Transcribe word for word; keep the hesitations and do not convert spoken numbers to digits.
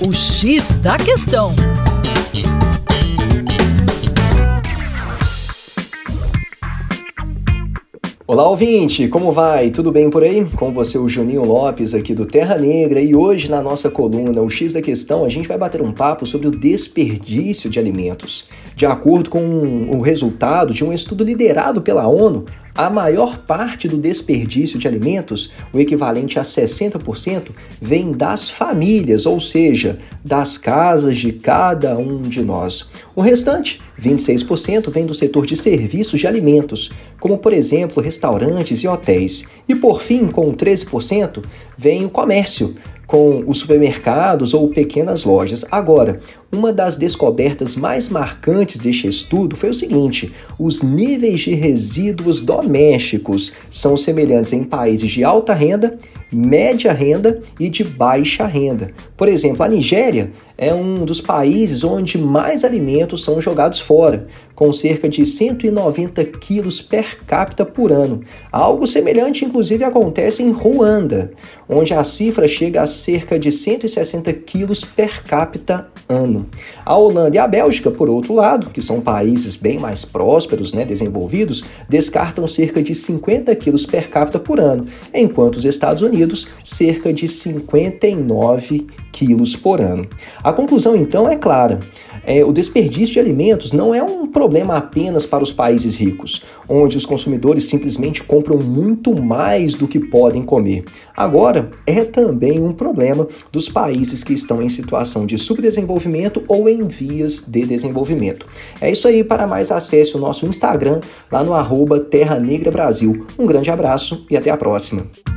O X da Questão. Olá, ouvinte! Como vai? Tudo bem por aí? Com você, o Juninho Lopes, aqui do Terra Negra, e hoje na nossa coluna, o X da Questão, a gente vai bater um papo sobre o desperdício de alimentos. De acordo com o resultado de um estudo liderado pela ONU, a maior parte do desperdício de alimentos, o equivalente a sessenta por cento, vem das famílias, ou seja, das casas de cada um de nós. O restante, vinte e seis por cento, vem do setor de serviços de alimentos, como, por exemplo, restaurantes e hotéis. E, por fim, com treze por cento, vem o comércio, com os supermercados ou pequenas lojas. Agora, uma das descobertas mais marcantes deste estudo foi o seguinte: os níveis de resíduos domésticos são semelhantes em países de alta renda, média renda e de baixa renda. Por exemplo, a Nigéria é um dos países onde mais alimentos são jogados fora, com cerca de cento e noventa quilos per capita por ano. Algo semelhante, inclusive, acontece em Ruanda, onde a cifra chega a cerca de cento e sessenta quilos per capita ano. A Holanda e a Bélgica, por outro lado, que são países bem mais prósperos, né, desenvolvidos, descartam cerca de cinquenta quilos per capita por ano, enquanto os Estados Unidos, cerca de cinquenta e nove quilos por ano. A conclusão, então, é clara. É, o desperdício de alimentos não é um problema apenas para os países ricos, onde os consumidores simplesmente compram muito mais do que podem comer. Agora, é também um problema dos países que estão em situação de subdesenvolvimento ou em vias de desenvolvimento. É isso aí. Para mais, acesse o nosso Instagram lá no arroba Terra Negra Brasil. Um grande abraço e até a próxima.